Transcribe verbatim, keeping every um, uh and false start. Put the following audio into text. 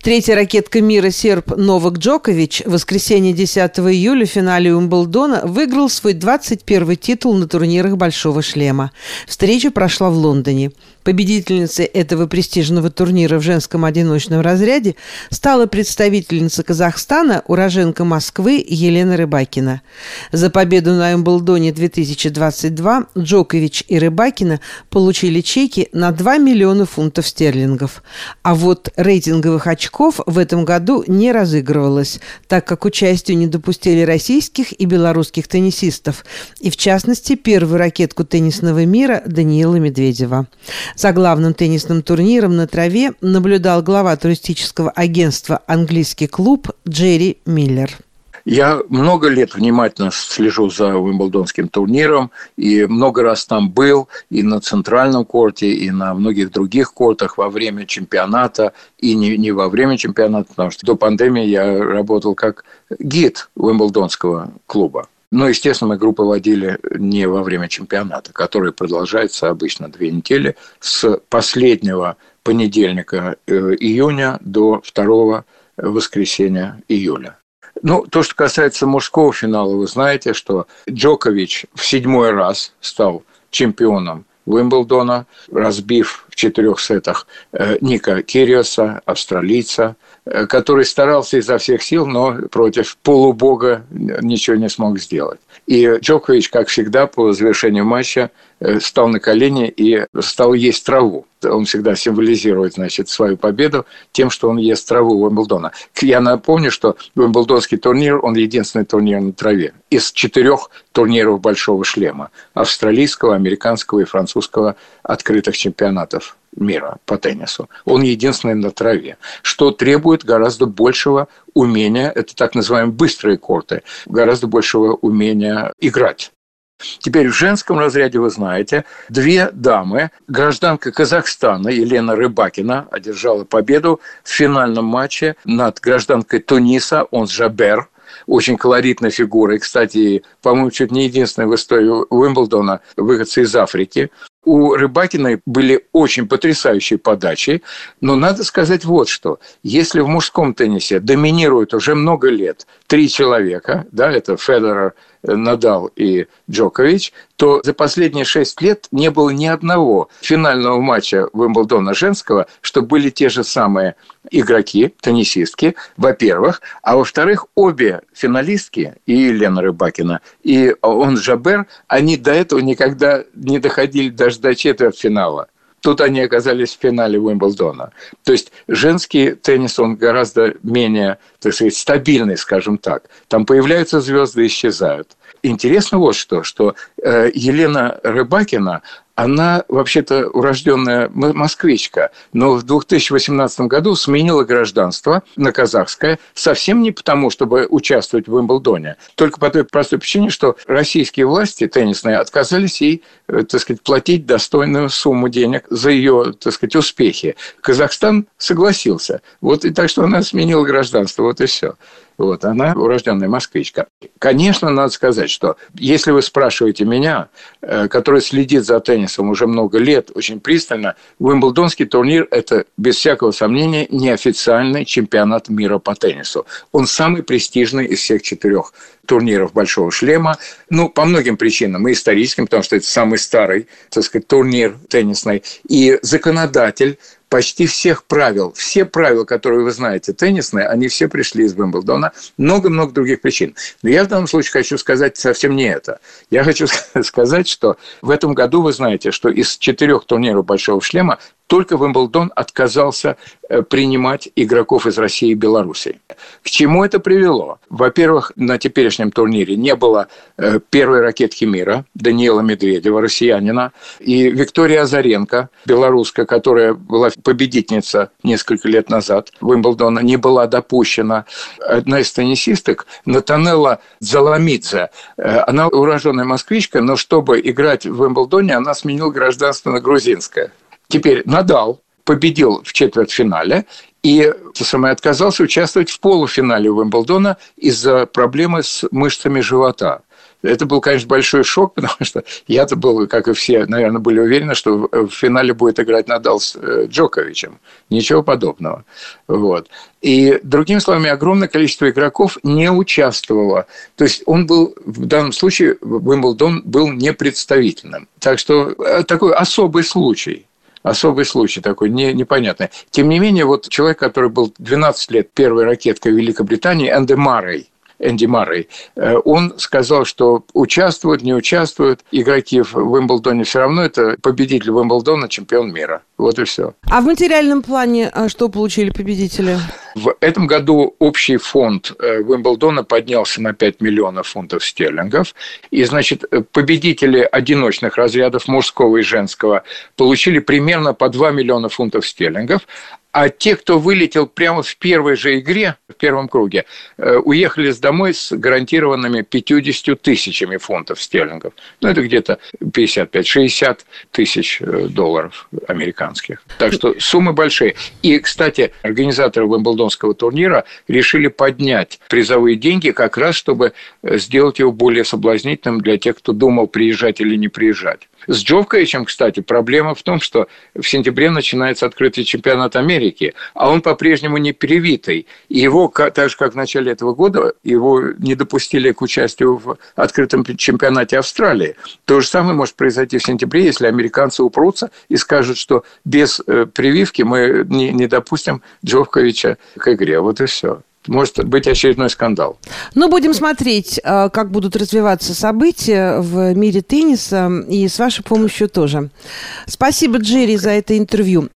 Третья ракетка мира серб Новак Джокович в воскресенье десятого июля в финале Уимблдона выиграл свой двадцать первый титул на турнирах «Большого шлема». Встреча прошла в Лондоне. Победительницей этого престижного турнира в женском одиночном разряде стала представительница Казахстана, уроженка Москвы Елена Рыбакина. За победу на Уимблдоне две тысячи двадцать два Джокович и Рыбакина получили чеки на два миллиона фунтов стерлингов. А вот рейтинговых очков в этом году не разыгрывалось, так как к участию не допустили российских и белорусских теннисистов, и в частности первую ракетку теннисного мира Даниила Медведева. За главным теннисным турниром на траве наблюдал глава туристического агентства «Английский клуб» Джерри Миллер. Я много лет внимательно слежу за Уимблдонским турниром и много раз там был и на центральном корте, и на многих других кортах во время чемпионата, и не, не во время чемпионата, потому что до пандемии я работал как гид Уимблдонского клуба. Но, естественно, мы группы водили не во время чемпионата, который продолжается обычно две недели с последнего понедельника июня до второго воскресенья июля. Ну, то, что касается мужского финала, вы знаете, что Джокович в седьмой раз стал чемпионом Уимблдона, разбив в четырех сетах Ника Кириоса, австралийца, который старался изо всех сил, но против полубога ничего не смог сделать. И Джокович, как всегда, по завершению матча стал на колени и стал есть траву. Он всегда символизирует, значит, свою победу тем, что он ест траву Уимблдона. Я напомню, что Уимблдонский турнир, он единственный турнир на траве из четырех турниров «Большого шлема» – австралийского, американского и французского открытых чемпионатов мира по теннису. Он единственный на траве, что требует гораздо большего умения, это так называемые быстрые корты, гораздо большего умения играть. Теперь в женском разряде, вы знаете, две дамы, гражданка Казахстана Елена Рыбакина одержала победу в финальном матче над гражданкой Туниса Онс Жабер, очень колоритной фигурой, кстати, по-моему, чуть не единственной в истории Уимблдона выходцы из Африки. У Рыбакиной были очень потрясающие подачи, но надо сказать вот что. Если в мужском теннисе доминируют уже много лет три человека, да, это Федерер, Надал и Джокович, то за последние шесть лет не было ни одного финального матча Уимблдона женского, что были те же самые игроки, теннисистки, во-первых, а во-вторых, обе финалистки, и Елена Рыбакина, и Онс Жабер, они до этого никогда не доходили даже до четвертьфинала. Тут они оказались в финале Уимблдона. То есть женский теннис, он гораздо менее, так сказать, стабильный, скажем так. Там появляются звезды и исчезают. Интересно вот что, что Елена Рыбакина, она вообще-то урожденная москвичка, но в две тысячи восемнадцатом году сменила гражданство на казахское совсем не потому, чтобы участвовать в Уимблдоне, только по той простой причине, что российские власти теннисные отказались ей, так сказать, платить достойную сумму денег за ее, так сказать, успехи. Казахстан согласился. Вот и так что она сменила гражданство, вот и все. Вот, она урожденная москвичка. Конечно, надо сказать, что если вы спрашиваете меня, который следит за теннисом уже много лет, очень пристально, Уимблдонский турнир – это, без всякого сомнения, неофициальный чемпионат мира по теннису. Он самый престижный из всех четырех турниров «Большого шлема». Ну, по многим причинам. И историческим, потому что это самый старый, так сказать, турнир теннисный. И законодатель почти всех правил, все правила, которые вы знаете, теннисные, они все пришли из Уимблдона. Много-много других причин. Но я в данном случае хочу сказать совсем не это. Я хочу сказать, что в этом году вы знаете, что из четырех турниров «Большого шлема» только Уимблдон отказался принимать игроков из России и Беларуси. К чему это привело? Во-первых, на теперешнем турнире не было первой ракетки мира Даниила Медведева, россиянина, и Виктория Азаренко, белоруска, которая была победительница несколько лет назад Уимблдона, не была допущена. Одна из теннисисток, Натанелла Дзаламидзе, она уроженная москвичка, но чтобы играть в Уимблдоне, она сменила гражданство на грузинское. Теперь Надал победил в четвертьфинале и самое, отказался участвовать в полуфинале Уимблдона из-за проблемы с мышцами живота. Это был, конечно, большой шок, потому что я-то был, как и все, наверное, были уверены, что в финале будет играть Надал с Джоковичем. Ничего подобного. Вот. И, другими словами, огромное количество игроков не участвовало. То есть он был, в данном случае, Уимблдон был непредставительным. Так что такой особый случай. Особый случай такой, не, непонятный. Тем не менее, вот человек, который был двенадцать лет первой ракеткой в Великобритании, Энди Маррей, Энди Маррей, он сказал, что участвуют, не участвуют игроки в Уимблдоне, все равно это победитель Уимблдона, чемпион мира. Вот и все. А в материальном плане что получили победители? В этом году общий фонд Уимблдона поднялся на пять миллионов фунтов стерлингов. И, значит, победители одиночных разрядов мужского и женского получили примерно по два миллиона фунтов стерлингов. А те, кто вылетел прямо в первой же игре, в первом круге, уехали домой с гарантированными пятьюдесятью тысячами фунтов стерлингов. Ну, это где-то пятьдесят пять - шестьдесят тысяч долларов американских. Так что суммы большие. И, кстати, организаторы Уимблдонского турнира решили поднять призовые деньги как раз, чтобы сделать его более соблазнительным для тех, кто думал, приезжать или не приезжать. С Джоковичем, кстати, проблема в том, что в сентябре начинается открытый чемпионат Америки, а он по-прежнему не привитый. И его, так же, как в начале этого года, его не допустили к участию в открытом чемпионате Австралии. То же самое может произойти в сентябре, если американцы упрутся и скажут, что без прививки мы не, не допустим Джоковича к игре. Вот и все. Может быть очередной скандал. Ну, будем смотреть, как будут развиваться события в мире тенниса, и с вашей помощью тоже. Спасибо, Джерри, за это интервью.